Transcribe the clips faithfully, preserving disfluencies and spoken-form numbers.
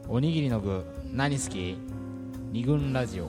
おにぎりの具何好き？二軍ラジオ。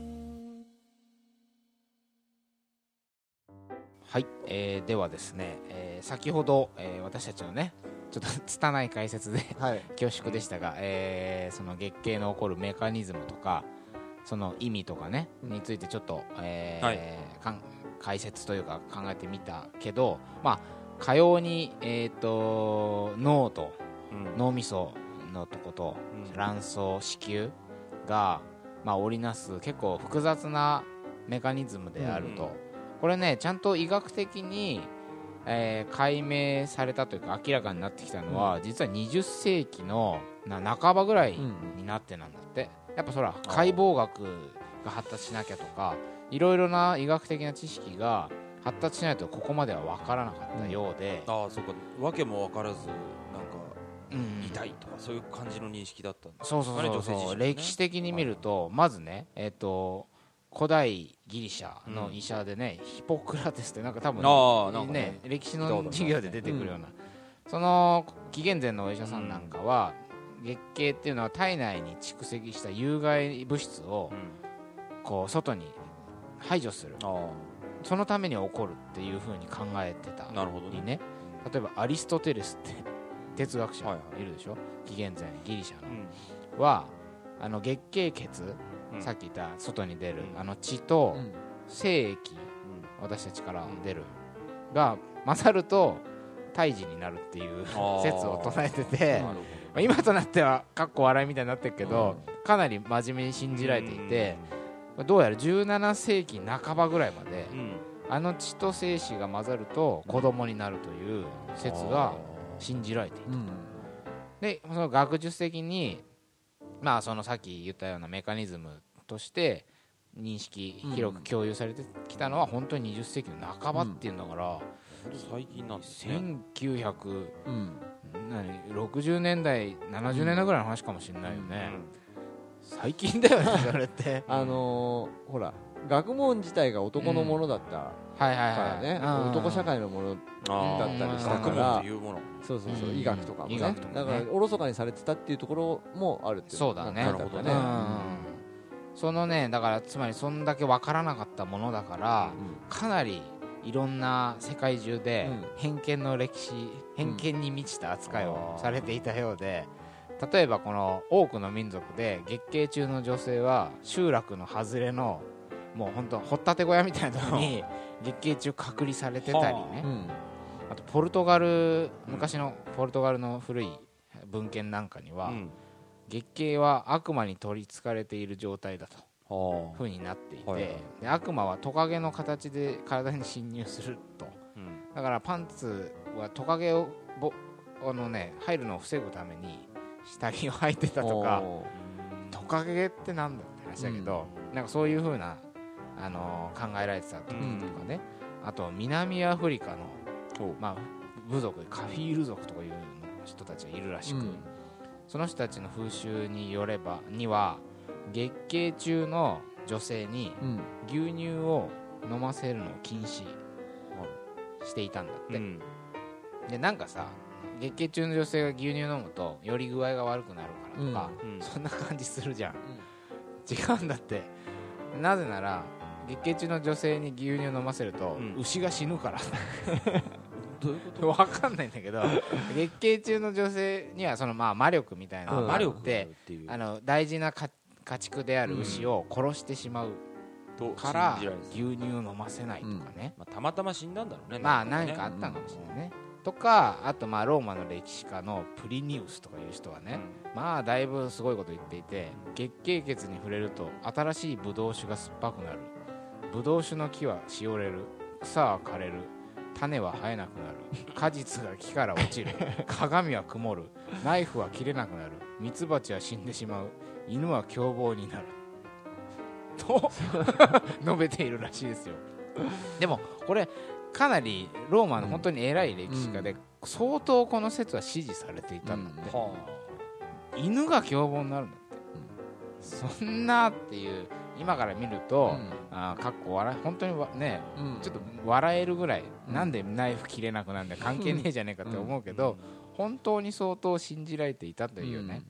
はい、えー、ではですね、えー、先ほど、えー、私たちのねちょっと拙い解説で、はい、恐縮でしたが、えー、その月経の起こるメカニズムとかその意味とかね、うん、についてちょっと、えーはい、かん解説というか考えてみたけど、まあ、かように、えー、と脳と、うん、脳みそのとこと、うん、卵巣子宮が、まあ、織りなす結構複雑なメカニズムであると、うん、これねちゃんと医学的に、えー、解明されたというか明らかになってきたのは、うん、実はにじゅっせいきのな半ばぐらいになってなんだって、やっぱそら解剖学が発達しなきゃとかいろいろな医学的な知識が発達しないとここまでは分からなかったようで、 うん、ああそうか、わけも分からずなんか、うん、痛いとかそういう感じの認識だったんですかね。 そうそうそうそう、ね、歴史的に見ると、はい、まずね、えーと古代ギリシャの医者でね、うん、ヒポクラテスってなんか多分 ね, ね, ね歴史の授業で出てくるような、うん、その紀元前のお医者さんなんかは、うん、月経っていうのは体内に蓄積した有害物質をこう外に排除する、うん、そのために起こるっていう風に考えてたなるほど、ね、 ね、例えばアリストテレスって哲学者いるでしょ、はいはい、紀元前ギリシャの、うん、はあの月経血、うん、さっき言った外に出る、うん、あの血と精液、うん、私たちから出る、うん、が混ざると胎児になるっていう説を唱えてて、まあ、今となってはかっこ笑いみたいになってるけど、うん、かなり真面目に信じられていて、うん、どうやらじゅうななせいきなかばぐらいまで、うん、あの血と精子が混ざると子供になるという説が信じられていた、うん、でその学術的にまあそのさっき言ったようなメカニズムとして認識広く共有されてきたのは本当ににじゅっせいきの半ばっていうんだから、うん、 最近なんですね。 せんきゅうひゃくろくじゅうねんだいななじゅうねんだいぐらいの話かもしれないよね、うん、最近だよねそれってあのー、ほら学問自体が男のものだったからね、男社会のものだったりしたから、 学問というもの、 そうそうそう、うん、医学とかもね、 学とかね、 だからおろそかにされてたっていうところもあるっていう。 そうだね、 なるほどね、 うん、そのねだからつまりそんだけ分からなかったものだから、うん、かなりいろんな世界中で偏見の歴史、うん、偏見に満ちた扱いをされていたようで、例えばこの多くの民族で月経中の女性は集落の外れのもう本当掘ったて小屋みたいなところに月経中隔離されてたりね、うん、あとポルトガル昔のポルトガルの古い文献なんかには、うん、月経は悪魔に取りつかれている状態だと風になっていて、はいはい、で悪魔はトカゲの形で体に侵入すると、うん、だからパンツはトカゲをぼあの、ね、入るのを防ぐために下着を履いてたとか、トカゲってなんだって話だけど、うん、なんかそういう風なあのー、考えられてたとかね、うん、あと南アフリカの、まあ、部族カフィール族とかいう人たちがいるらしく、うん、その人たちの風習によればには月経中の女性に牛乳を飲ませるのを禁止していたんだって、うん、でなんかさ月経中の女性が牛乳飲むとより具合が悪くなるからとか、うん、そんな感じするじゃん、うん、違うんだって。なぜなら月経中の女性に牛乳飲ませると、うん、牛が死ぬからどういうことわかんないんだけど月経中の女性にはそのまあ魔力みたいなのがあって、うん、あの大事な家畜である牛を殺してしまうから牛乳を飲ませないとかね、 うんまあ、たまたま死んだんだろうね。 まあ何かあったかもしれないね、うん、とかあとまあローマの歴史家のプリニウスとかいう人はね、うん、まあだいぶすごいこと言っていて、月経血に触れると新しいブドウ酒が酸っぱくなる、ブドウ酒の木はしおれる、草は枯れる、種は生えなくなる、果実が木から落ちる、鏡は曇る、ナイフは切れなくなる、ミツバチは死んでしまう、犬は凶暴になると述べているらしいですよ。でもこれかなりローマの本当に偉い歴史家で、うん、相当この説は支持されていたんだって、うん、犬が凶暴になるんだって、うん、そんなっていう今から見ると、うん、あかっこ笑い本当にね、うん、ちょっと笑えるぐらい、うん、なんでナイフ切れなくなるんだ関係ねえじゃねえかって思うけど、うん、本当に相当信じられていたというね、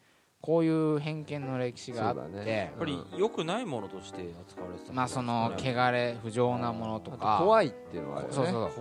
こういう偏見の歴史があって、 やっぱり良くないものとして扱われてた、 まあその汚れ不浄なものとか怖いっていうのはあるよね。 そうそう、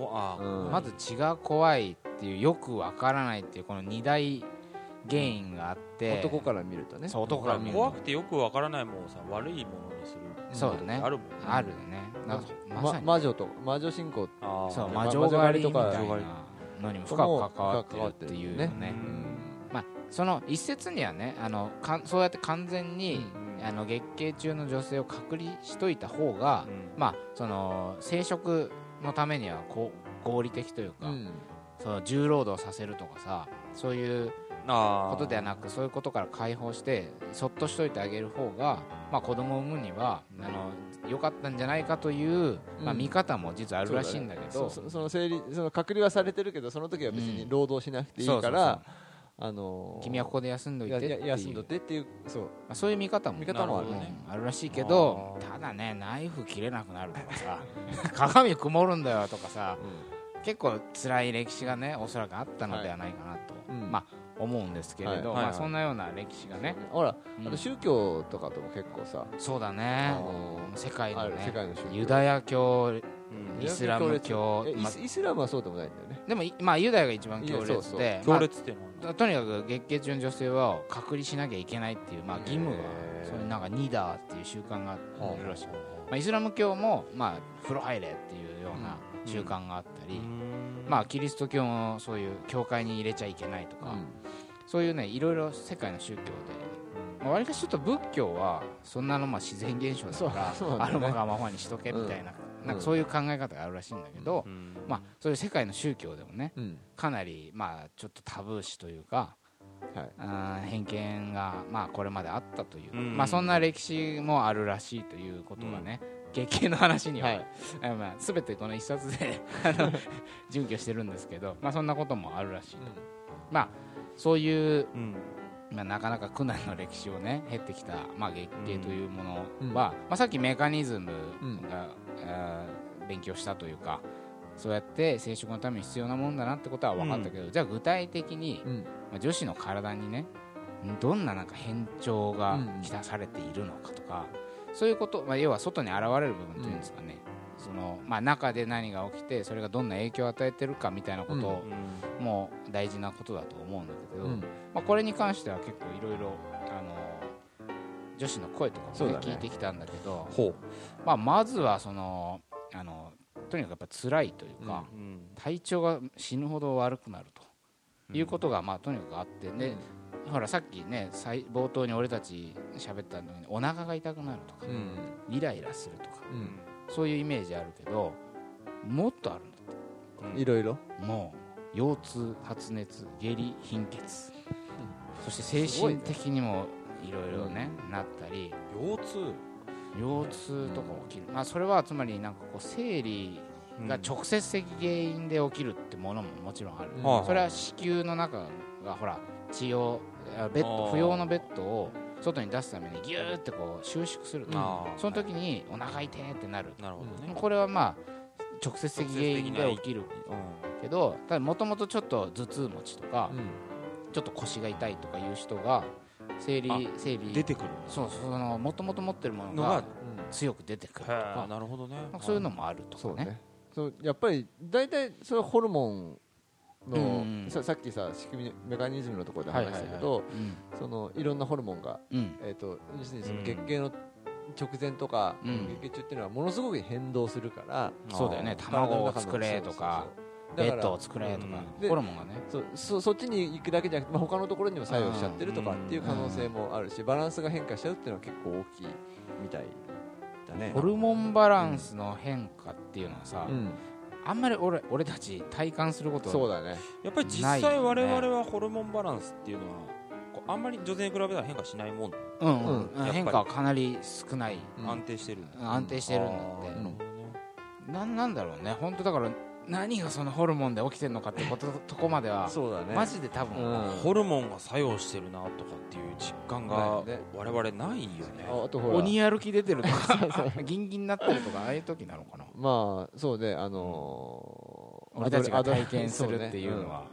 うん、まず血が怖いっていうよくわからないっていうこの二大原因があって、 男から見るとね、 そう男から見ると怖くてよくわからないものをさ悪いものにする、 そうだね、 あるもんね、 あるね、なんかまさに魔女と魔女信仰、 そう魔女狩りみたいなのにも深く関わってるっていうね。まあその一説にはね、あのかそうやって完全に、うん、あの月経中の女性を隔離しといた方が、うん、まあその生殖のためにはこう合理的というか、うん、その重労働させるとかさ、そういうことではなく、そういうことから解放してそっとしといてあげる方が、まあ、子供を産むにはあの良かったんじゃないかという、まあ、見方も実はあるらしいんだけど、 そ, そ, その生理その隔離はされてるけど、その時は別に労働しなくていいから、あのー、 君はここで休んどいてっていう、 休んどってっていう、そう、まあ、そういう見方も見方もあるね、 あるらしいけど、ただね、ナイフ切れなくなるとかさ鏡曇るんだよとかさ、うん、結構辛い歴史がねおそらくあったのではないかなと、はい、まあ思うんですけれど、はい、まあ、そんなような歴史がね、 ほら、うん、あと宗教とかとも結構さ、 そうだね、あのー、世界のね、 世界の宗教、 ユダヤ教、イスラム教、 ま、イスラムはそうでもないんだよね。 でも、まあ、ユダヤが一番強烈で、 強烈っていうのは、とにかく月経中の女性は隔離しなきゃいけないっていう、まあ、義務が、そういうなんかニダーっていう習慣があるらしい。まあ、イスラム教も、まあ、風呂入れっていうような習慣があったり、うん、まあ、キリスト教もそういう教会に入れちゃいけないとか、うん、そういうね、いろいろ世界の宗教で、まあ、割かしちょっと仏教はそんなのまあ自然現象だから、ね、あるままままにしとけみたいな、うん、なんかそういう考え方があるらしいんだけど、うん、まあ、そういう世界の宗教でもね、うん、かなりまあちょっとタブー視というか、はい、あ偏見がまあこれまであったという、うん、まあ、そんな歴史もあるらしいということがね、うん、月経の話には、はい、まあ、全てこの一冊で準拠してるんですけど、まあ、そんなこともあるらしいと、うん、まあそういう、うん、まあ、なかなか苦難の歴史をね経ってきた、まあ、月経というものは、うん、まあ、さっきメカニズムが、うん、勉強したというか、そうやって生殖のために必要なものだなってことは分かったけど、うん、じゃあ具体的に、うん、まあ、女子の体にねどんななんか変調がきたされているのかとか、うん、そういうこと、まあ、要は外に現れる部分というんですかね、うん、そのまあ、中で何が起きてそれがどんな影響を与えてるかみたいなことも大事なことだと思うんだけど、うん、まあ、これに関しては結構いろいろ女子の声とかも、ね、聞いてきたんだけど、まあ、まずはそのあのとにかくやっぱ辛いというか、うん、体調が死ぬほど悪くなるということが、まあ、とにかくあって、ね、うん、ほらさっきね冒頭に俺たち喋ったのにお腹が痛くなるとか、うん、イライラするとか、うん、そういうイメージあるけどもっとあるんだって、 いろいろもう腰痛、発熱、下痢、貧血、うん、そして精神的にもいろいろね、うん、なったり、 腰痛腰痛とか起きる、まあ、それはつまりなんかこう生理が直接的原因で起きるってものももちろんある、うん、それは子宮の中がほら血をベッド不要のベッドを外に出すためにギューってこう収縮する、うん、その時にお腹痛いってなる、 なるほどね、 これはまあ直接的原因で起きるけど、ただもともとちょっと頭痛持ちとか、うん、ちょっと腰が痛いとかいう人が生理生理出てくる、 そうそのもともと持ってるものが強く出てくるとか、 なるほどね、 そういうのもあるとかね。 そうね、そうやっぱり大体それはホルモンの、うん、さ, さっきさ仕組みメカニズムのところで話したけど、そのいろんなホルモンが、うん、えー、と要するにその月経の直前とか、うん、月経中っていうのはものすごく変動するから、 そうだよね、卵を作れとかベッドを作れとか、うん、ホルモンがねそ, そ, そっちに行くだけじゃなくて、まあ、他のところにも作用しちゃってるとかっていう可能性もあるし、バランスが変化しちゃうっていうのは結構大きいみたいだね。 ホルモンバランスの変化っていうのはさ、うん、あんまり 俺, 俺たち体感することはそうだね。 やっぱり実際我々はホルモンバランスっていうのはこうあんまり女性に比べたら変化しないもん、 うんうん、変化はかなり少ない、 うん、安定してるんだ、 安定してるんだって、うん、な, なんだろうね本当だから何がそのホルモンで起きてるのかってこととこまではそうだ、ね、 マジで多分、 うん、ホルモンが作用してるなとかっていう実感が我々ないよね。 あとほら鬼やる気出てるとかギンギンになってるとかああいう時なのかな。 まあそうね、あのー、 俺たちが体験するっていうのは、 みたいな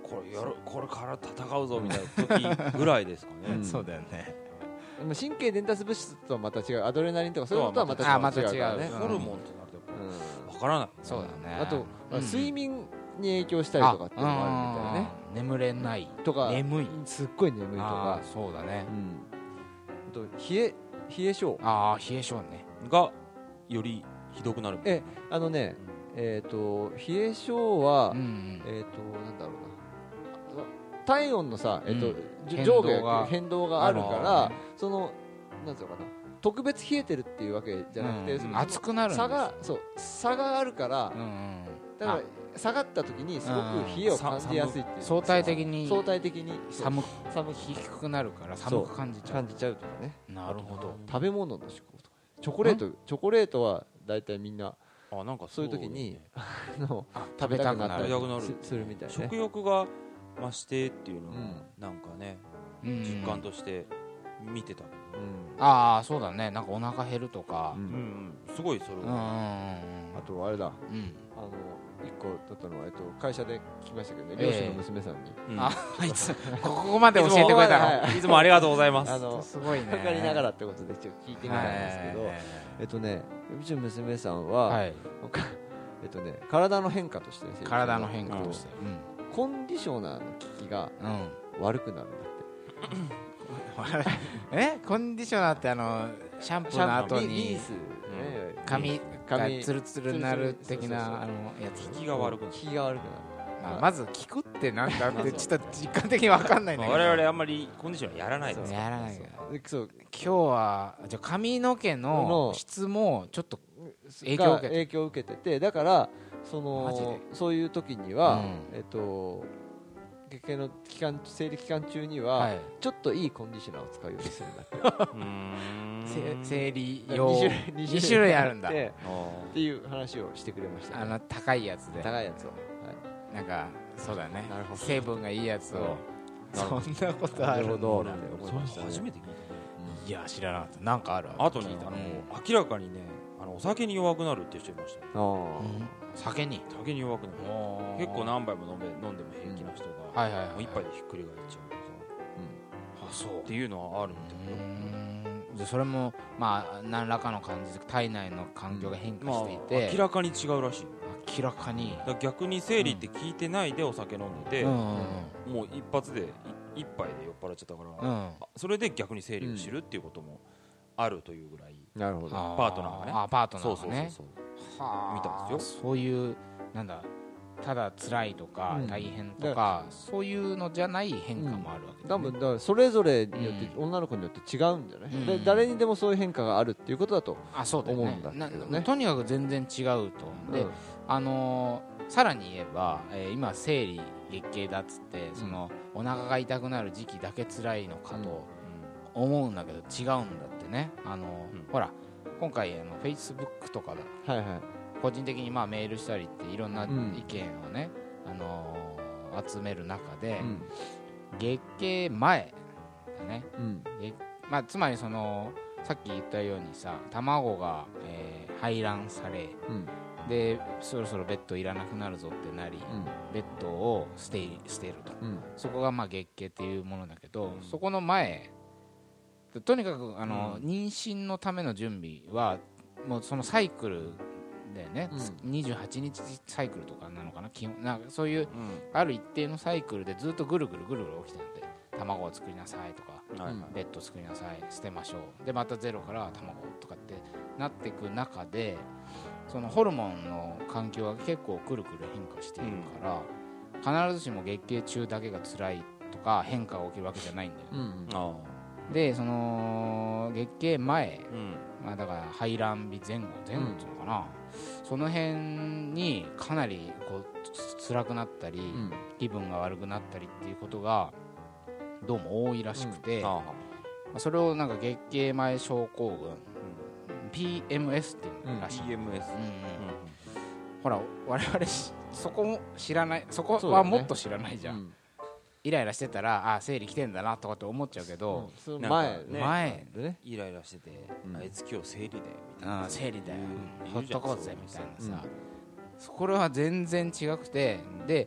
これやるこれから戦うぞみたいな時ぐらいですかね、 うん、そうだよね。 神経伝達物質とはまた違う、アドレナリンとかそういうことはまた違うからね。 ホルモンってなるとやっぱ分からない、 そうだね。 あと睡眠に影響したりとかっていうのもあるみたいね。 眠れないとか、 眠い、 すっごい眠いとか。 そうだね。 あと冷え冷え性、 ああ冷え性ねがよりひどくなる。 えあのね、えっと冷え性はえっとなんだろうな、体温のさ、えっと上下変動があるから、そのなんていうのかな、特別冷えてるっていうわけじゃなくて、 熱くなるんです。 差がそう差があるから、だから下がった時にすごく冷えを感じやすいっていう、 相対的に相対的に寒く寒く低くなるから寒く感じちゃう感じちゃうとかね。 なるほど。 食べ物の嗜好とか、チョコレートチョコレートはだいたいみんなあなんかそういう時に食べたくなったりするみたいね。 食欲が増してっていうのをなんかね実感として見てたけど、 ああそうだね、なんかお腹減るとか、 すごいそれは。あとあれだ、あの一個だったのは、えっと、会社で聞きましたけどね、漁師の娘さんに、 ああいつここまで教えてくれたの、 いつもありがとうございます。 あのすごいね、 かかりながらってことでちょっと聞いてみたんですけど、えっとねうちの娘さんは、えっとね体の変化として体の変化としてコンディショナーの効きが悪くなるんだって。えコンディショナーってあのシャンプーの後に髪がツルツルになる的なあのやつ、 効きが悪くなる。 効きが悪くなる。 まず聞くってなんだってちょっと実感的に分かんないんだけど、 我々あんまりコンディショナーやらないです。 やらないから。今日はじゃ髪の毛の質もちょっと影響を受けて影響を受けてて、だからそのそういう時には、えっと月経の期間生理期間中にはちょっといいコンディショナーを使うようにするんだって。 生理用に種類あるんだっていう話をしてくれました。 あの高いやつで高いやつを、 なんかそうだね、成分がいいやつを。そんなことあるほどなんて思いましたね。 初めて聞いたね。 いや知らなかった。なんかあるあとね、あの明らかにね、あのお酒に弱くなるっていう人いました。 酒に酒に弱くなる。結構何杯も飲め飲んでも平気な人が一杯でひっくり返っちゃうとか、あそうっていうのはあるみたいな。 でそれもまあ何らかの感じで体内の環境が変化していて、 明らかに違うらしい。 明らかに逆に生理って聞いてないでお酒飲んでて、もう一発で一杯で酔っ払っちゃったから、それで逆に生理を知るっていうこともあるというぐらい。 なるほど。 パートナーがね。 あパートナーがね。 そうそうそう。見たんですよ。 そういうなんだ、ただ辛いとか大変とかそういうのじゃない変化もあるわけ。 多分だからそれぞれによって女の子によって違うんじゃない。で誰にでもそういう変化があるっていうことだと思うんだけどね。 とにかく全然違うと。であのさらに言えば今生理月経だっつってそのお腹が痛くなる時期だけ辛いのかと思うんだけど違うんだってね。あのほら今回あのフェイスブックとかだ、はいはい、個人的にまあメールしたりっていろんな意見をね、うん、あのー、集める中で、うん、月経前だね、うん、まあ、つまりそのさっき言ったようにさ卵が、えー、排卵され、うん、でそろそろベッドいらなくなるぞってなり、うん、ベッドを捨て捨てると、うん、そこがまあ月経っていうものだけど、うん、そこの前とにかくあの、うん、妊娠のための準備はもうそのサイクルでね、うん、にじゅうはちにちサイクルとかなのかな、基本なんかそういう、うん、ある一定のサイクルでずっとぐるぐるぐるぐる起きてるんで、卵を作りなさいとか、はいはい、ベッド作りなさい、捨てましょう、でまたゼロから卵とかってなっていく中で、そのホルモンの環境が結構くるくる変化しているから、うん、必ずしも月経中だけが辛いとか変化が起きるわけじゃないんだよ、うんうん、あでその月経前、うん、まあ、だから排卵日前後前後っていうのかな、うん、その辺にかなりこう辛くなったり、うん、気分が悪くなったりっていうことがどうも多いらしくて、うん、まあ、それをなんか月経前症候群、うん、ピーエムエス っていうらしい、うん、ピーエムエス、うんうん、ほら我々そこも知らない、そこはもっと知らないじゃん、イライラしてたらあ生理来てんだなとかって思っちゃうけど、 うん、前ね前でねイライラしてて、うん、あいつ今日生理だよみたいな、 あ生理だよ、ほっとこうぜみたいなさ、うん、これは全然違くて、で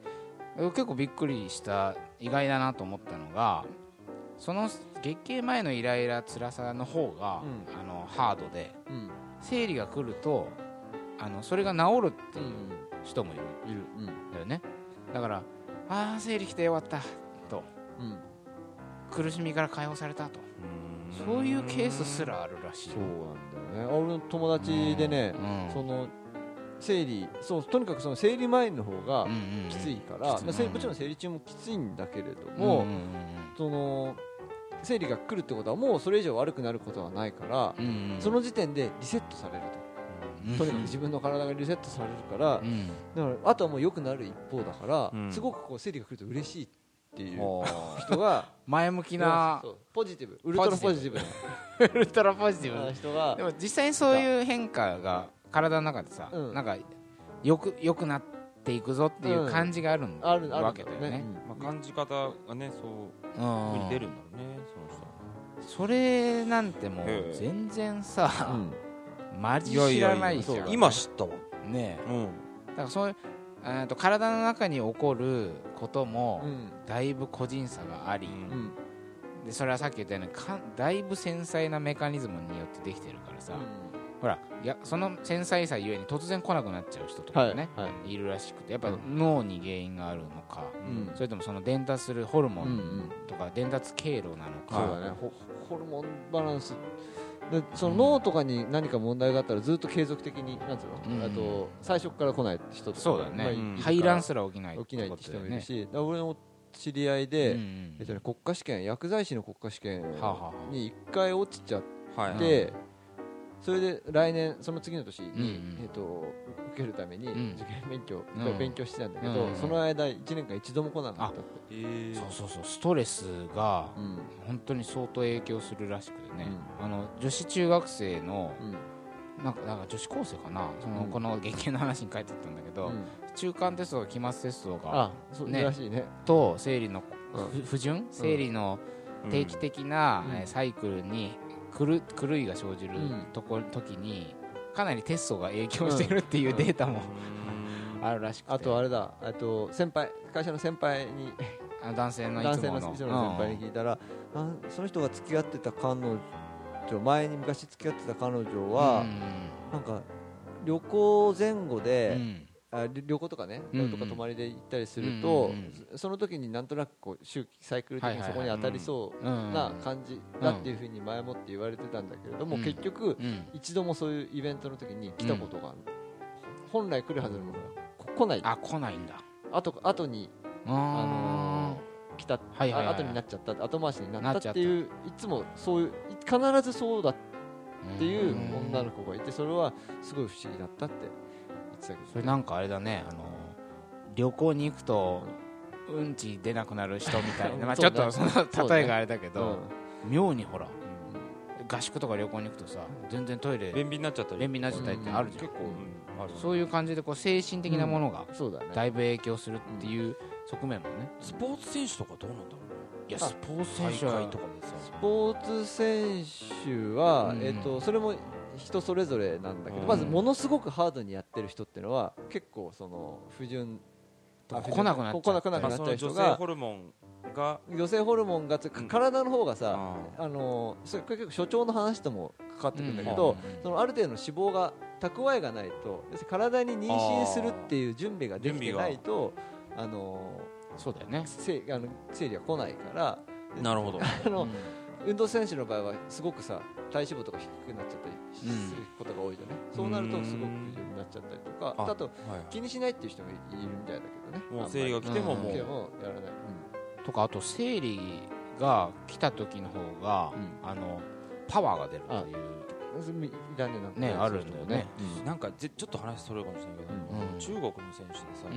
結構びっくりした意外だなと思ったのがその月経前のイライラ辛さの方が、うん、あのハードで、うん、生理が来るとあのそれが治るっていう人もいる、いる、うん、だよね。だからああ生理来てよかったと、うん、苦しみから解放されたと、そういうケースすらあるらしい。 そうなんだよね。俺の友達でね、うんうん、その生理そうとにかくその生理前の方がきついから、うんうんうん、まあ、もちろん生理中もきついんだけれども、うんうんうん、その生理が来るってことはもうそれ以上悪くなることはないから、うんうん、その時点でリセットされると、うん、とにかく自分の体がリセットされるから、うん、だからあとはもう良くなる一方だから、うん、すごくこう生理が来ると嬉しいっていう人が前向きなポジティブウルトラポジティブなウルトラポジティブな人がでも実際にそういう変化が体の中でさ、うん、なんかよく良くなっていくぞっていう感じがあるんだ、うん、わけだよね、 うん、まあ、感じ方がねそういう風に出るんだろうね、その人。それなんてもう全然さ、うん、マジ知らないじゃん。いやいやいや今知ったわねえ、うん、だからそういうあと体の中に起こることもだいぶ個人差があり、うん、でそれはさっき言ったようにかだいぶ繊細なメカニズムによってできてるからさ、うん、ほらいやその繊細さゆえに突然来なくなっちゃう人とかね、はいはい、いるらしくてやっぱ脳に原因があるのか、うん、それともその伝達するホルモンとか伝達経路なのか、 そうだね、ホ, ホルモンバランスでその脳とかに何か問題があったらずっと継続的になんつうの、うん、あと最初から来ない人とか、 そうだね、排卵すら起きない起きないって人もいるし、ね、俺の知り合いで、うん、えっとね、国家試験薬剤師の国家試験にいっかい落ちちゃって、はあはあ、それで来年その次の年に、うんうん、えっと、受けるために受験勉強、うん、勉強してたんだけど、うん、その間いちねんかん一度も来なかったって、 えー、そうそうそう、ストレスが本当に相当影響するらしくてね、うん、あの女子中学生の、うん、なんかなんか女子高生かな、その、うん、この月経の話に書いてあったんだけど、うん、中間テストと期末テストが、 ね、らしいね、 と生理の不順、生理の定期的な、うん、サイクルに狂いが生じるとこ、うん、時にかなりテストが影響してるっていうデータも、うん、あるらしくて、 あとあれだ、あと先輩会社の先輩にあ男性のいつもの先輩に聞いたら、うん、あその人が付き合ってた彼女前に昔付き合ってた彼女は、うん、なんか旅行前後で、うん、あ旅行とかね、うんうん、とか泊まりで行ったりすると、うんうん、その時になんとなくこう周期サイクル的にそこに当たりそうな感じだっていうふうに前もって言われてたんだけれども、うん、結局、うん、一度もそういうイベントの時に来たことがある、うん、本来来るはずのものが来ない、 あ来ないんだ、 あと後にあのー、来た、はいはいはい、後になっちゃった、後回しになったっていう、いつもそういう必ずそうだっていう女の子がいて、それはすごい不思議だったって言ってたけど、ね、 それなんかあれだね、あの旅行に行くとうんち出なくなる人みたいな、まあちょっとその例えがあれだけど、うん、妙にほら、うん、合宿とか旅行に行くとさ、全然トイレ便秘になっちゃったり便秘になっちゃったりってあるじゃん、うん、結構、うん、ある、そういう感じでこう精神的なものがだいぶ影響するっていう側面もね、 スポーツ選手とかどうなんだろうね。 いやスポーツ選手はとかでさ、 スポーツ選手は、うん、えーとそれも人それぞれなんだけど、うん、まずものすごくハードにやってる人ってのは結構その不順来なくなっちゃう、 来なくなっちゃう人が、 女性ホルモンが女性ホルモンがつ、うん、体の方がさ、あのそれ結構所長の話ともかかってくるんだけど、うん、そのある程度の脂肪が蓄えがないと、要するに体に妊娠するっていう準備ができてないと、あのそうだよね、 生あの生理が来ないから。 なるほど。 あの、うん、運動選手の場合はすごくさ体脂肪とか低くなっちゃったりすることが多いじゃない、うん、そうなるとすごく不順になっちゃったりとか、あ, あと、はい、気にしないっていう人もいるみたいだけどね、 もう生理が来てももう、うん、やらない、 うん、とか、あと生理が来た時の方が、うん、あのパワーが出るっていうね、あるんだよね、 うん、なんかちょっと話それるかもしれないけど、うん、中国の選手でさ、うん、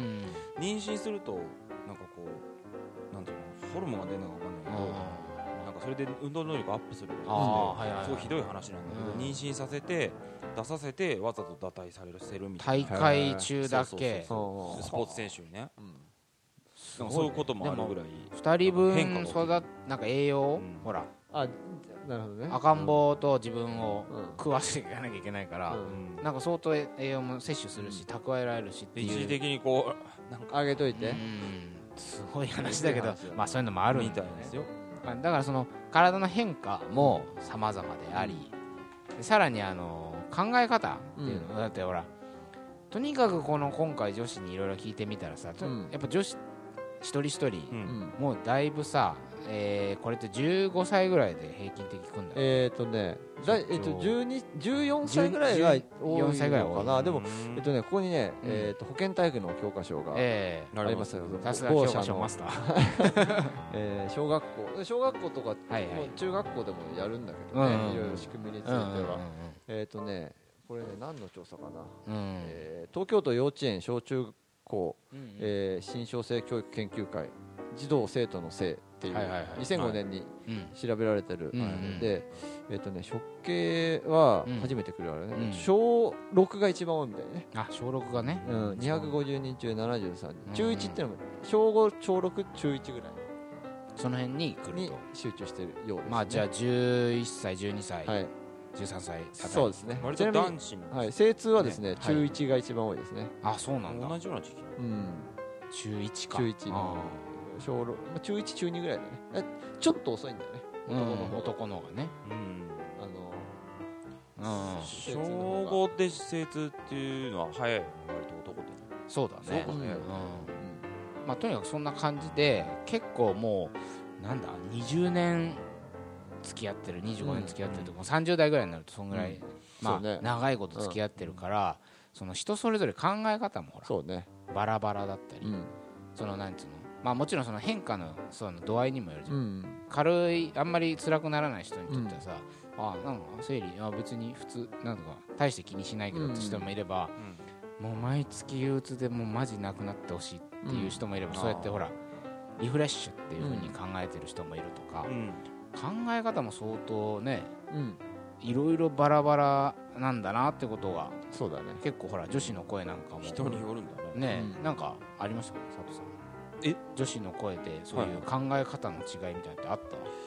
妊娠するとなんかこうなんていうのホルモンが出るのか分かんないけど、なんかそれで運動能力アップするとか、すごいひどい話なんだけど、妊娠させて出させてわざと堕胎されるせるみたいな、 大会中だけスポーツ選手にね、うん、そういうこともあるぐらいふたりぶん育なんか栄養、うん、ほらあなるほどね、 赤ん坊と自分を食わせていかなきゃいけないから、うん、なんか相当栄養も摂取するし、うん、蓄えられるしっていう、 一時的にこうなんか上げといて、うん、 すごい話だけど、まあそういうのもあるみたいですよ。 だからその体の変化も様々であり、さらにあの考え方っていうの、だってほらとにかくこの今回女子にいろいろ聞いてみたらさ、やっぱ女子一人一人、もうだいぶさ、えー、これってじゅうごさいぐらいで平均的にくんだえっとねだえっとじゅうに、じゅうよんさいぐらいが多いのかな。でもえっとねここにね、えっと保健体育の教科書がありますよ。 さすが教科書マスター。 え小学校小学校とか中学校でもやるんだけどね、いろいろ仕組みについては。えっとねこれね何の調査かな。え東京都幼稚園小中高え新小生教育研究会児童生徒の性っていうにせんごねんに調べられてるで、えっとね食系は初めて来るあれね、小ろくが一番多いみたいね。 あ、小ろくがね、 にひゃくごじゅうにん中ななじゅうさんにん、中いちってのも小ご小ろく中いちぐらいその辺に来ると集中してるようですね。 まあじゃあじゅういっさいじゅうにさい、じゅうさんさい、 そうですね。 割と男子の、 はい、精通はですね中いちが一番多いですね。 あ、そうなんだ。 同じような時期。 うん、 中いちか。 中いち小ろく、中いち中にぐらいだね。ちょっと遅いんだよね。 男の男の方がね。 あの小ごで精通っていうのは早いよね、割と男って。 そうだね。まあとにかくそんな感じで結構もうなんだにじゅうねん付き合ってる、にじゅうごねん付き合ってると、もうさんじゅうだいぐらいになるとそんぐらいまあ長いこと付き合ってるから、その人それぞれ考え方もほらそうねバラバラだったり、そのなんつうの、まあもちろんその変化のその度合いにもよるじゃん。軽いあんまり辛くならない人にとってはさ、あなんか生理あ別に普通なんとか大して気にしないけどって人もいれば、もう毎月憂鬱でもうマジなくなってほしいっていう人もいれば、そうやってほらリフレッシュっていう風に考えてる人もいるとか、考え方も相当ね、いろいろバラバラなんだなってことが、 そうだね。 結構ほら女子の声なんかも人によるんだね。ね、なんかありましたか佐藤さん。え、女子の声でそういう考え方の違いみたいなってあった？どうだろ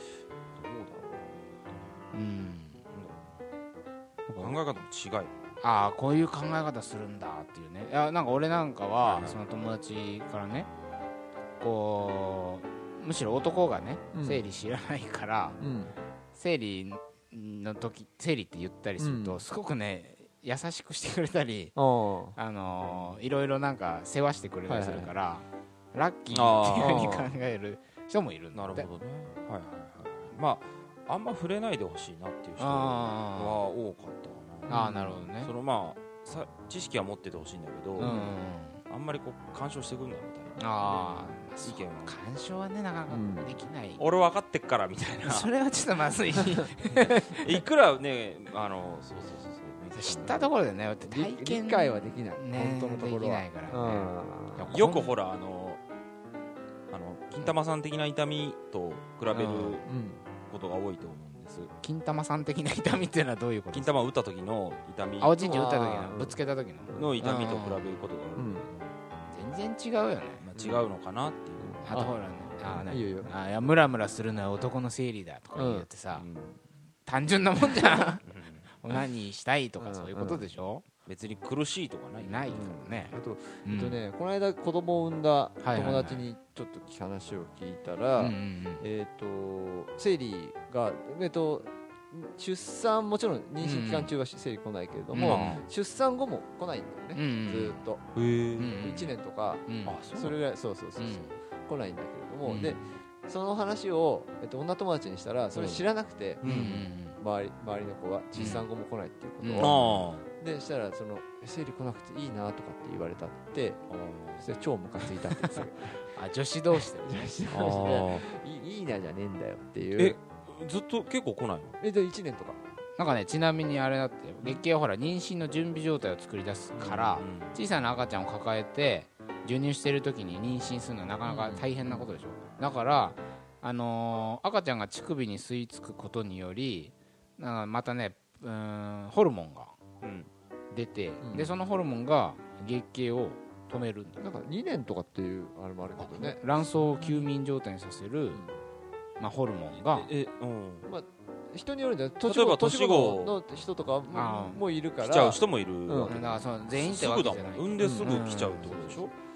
う。うん。考え方の違い。 ああこういう考え方するんだっていうね。いやなんか俺なんかはその友達からね、こうむしろ男がね生理知らないから、生理の時生理って言ったりするとすごくね優しくしてくれたり、あのいろいろなんか世話してくれたりするからラッキーっていう風に考える人もいるんだって。 なるほどね。はいはいはい。まああんま触れないでほしいなっていう人は多かったかな。 ああなるほどね。 そのまあさ知識は持っててほしいんだけど、あんまりこう干渉してくんなみたいな。ああ意見干渉はねなかなかできない。 俺分かってっからみたいな。 それはちょっとまずい。 いくらねあのそうそうそうそう知ったところでね体験理解はできない。本当のところはできないからね。 よくほらあのあの金玉さん的な痛みと比べることが多いと思うんです。 金玉さん的な痛みっていうのはどういうこと？ 金玉を打った時の痛み。 あおちんちん打った時のぶつけた時のの痛みと比べることが全然違うよね。 違うのかなっていう。 あとほらね、あいいよいいよ。 あいやムラムラするのは男の生理だとか言ってさ、単純なもんじゃん。何したいとかそういうことでしょ。 別に苦しいとかないないからね。 あとえっとねこの間子供を産んだ友達にちょっと話を聞いたら、えっと生理がえっと出産もちろん妊娠期間中は生理来ないけれども、出産後も来ないんだよね。ずっといちねんとかそれぐらいそうそうそう来ないんだけれども、でその話をえっと女友達にしたらそれ知らなくて、周り周りの子は出産後も来ないっていうことを。でしたらその生理来なくていいなとかって言われたってそれ超ムカついたって言ってあ女子同士で女子同士でいいなじゃねえんだよっていう。 えずっと結構来ないの？ えでいちねんとかなんかねちなみにあれだって月経はほら妊娠の準備状態を作り出すから、小さな赤ちゃんを抱えて授乳している時に妊娠するのはなかなか大変なことでしょ。だからあのー、赤ちゃんが乳首に吸い付くことによりなんかまたねうーんホルモンが出て、うん、でそのホルモンが月経を止めるんだ。 なんかにねんとかっていうあれもあるけどね。 卵巣を休眠状態にさせる、うんまあ、ホルモンがえ、うんまあ、 人によるんだよ。 例えば年後の人とかももいるから来ちゃう人もいる、 うん、だからその全員ってわけじゃない。 産んですぐ来ちゃうってことでしょ。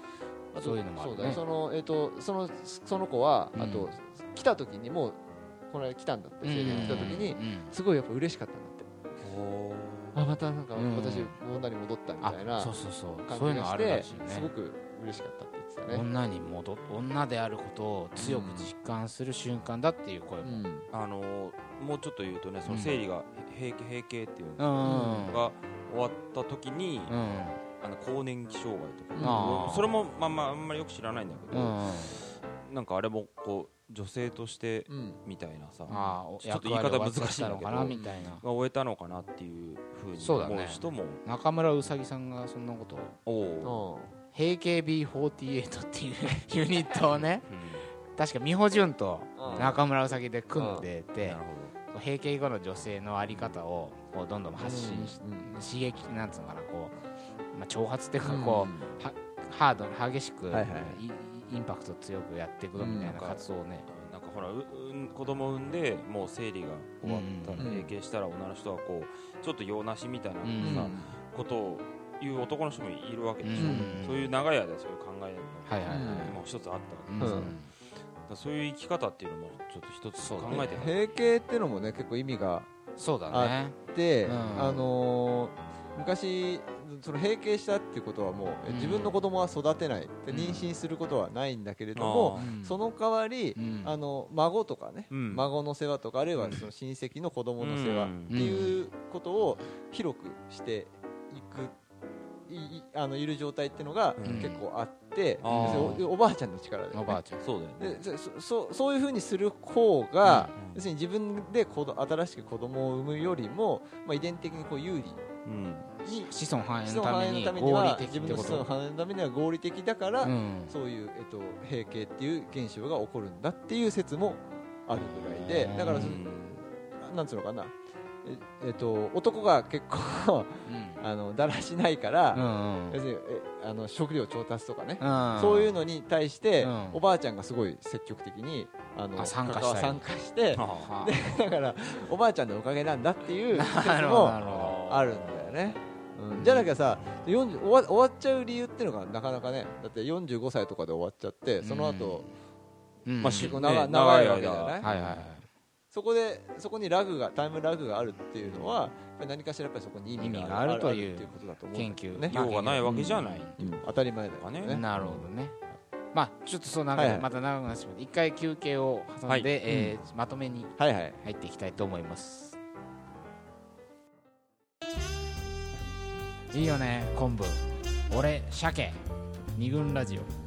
そういうのもあるね。そうだね。 その、えー、とそのその子は、うん、あと来た時にもうこの間来たんだって生理に来た時に、うんうん、すごいやっぱ嬉しかったんだって。あまたなんか私女に戻ったみたいな感じがしてすごく嬉しかったって言ってたね。 女に戻っ女であることを強く実感する瞬間だっていう声も、うん、 あのもうちょっと言うとねその生理が閉経閉経っていうのが終わった時に、うん、あの更年期障害とか、うん、それもまあまああんまりよく知らないんだけど、うん、なんかあれもこう女性としてみたいなさ、うん、あちょっと言い方難しいんだけどが終えたのかなっていうふうに思う人も、ね、 中村うさぎさんがそんなことをヘイケービーフォーティーエイト っていうユニットをね、うん、確か美穂純と中村うさぎで組んでて、閉経後の女性の在り方をこうどんどん発信し、うん、刺激なんつうのかなこう、まあ、挑発っていうかこう、うん、はハードに激しく、はいはい、インパクト強くやっていくみたいな活動をね、 うん、なんかほらうう子供産んでもう生理が終わったら閉経したら女の人はこうちょっと用なしみたいなさ、うん、ことを言う男の人もいるわけでしょ、うん、そういう長い間そういう考えが、はいはいはい、もう一つあったわけです、うんだそういう生き方っていうのもちょっと一つ考えて、 閉経っていうのもね結構意味がそうだあって、ねうん、あのー、昔その閉経したっていうことはもう、うん、自分の子供は育てないで妊娠することはないんだけれども、うん、その代わり、うん、あの孫とかね、うん、孫の世話とかあるいはその親戚の子供の世話っていうことを広くしていくい, あのいる状態っていうのが結構あって、うん、お, おばあちゃんの力で、ね、 おばあちゃんそうだよねで そ, そ, そういう風にする方が、うん、要するに自分で子ど新しく子供を産むよりも、まあ、遺伝的にこう有利に、うん、 子孫繁栄のためには自分の子孫繁栄のためには合理的だから、うん、そういう、えっと、閉経っていう現象が起こるんだっていう説もあるぐらいでだから、うん、なんつうのかなええっと、男が結構、うん、あのだらしないから、うんうん、要するにえあの食料調達とかね、うんうん、そういうのに対して、うん、おばあちゃんがすごい積極的にあの参加した参加してでだからおばあちゃんのおかげなんだっていう説もあるんだよね、うん、じゃなきゃさよんじゅう終わ、終わっちゃう理由っていうのがなかなかねだってよんじゅうごさいとかで終わっちゃってその後、うんまあ、結構長、ね、長いわけじゃない、はいはいはいそこでそこにラグがタイムラグがあるっていうのはやっぱり何かしらやっぱりそこに意味があるということだと思う研究ね用がないわけじゃない、 うんうん、当たり前だよね。 なるほどね。まあちょっとそうなんか、はいはい、また長くなってしまって一回休憩を挟んで、はいえーうん、まとめに入っていきたいと思います。はいはい、いいよね昆布俺鮭二軍ラジオ。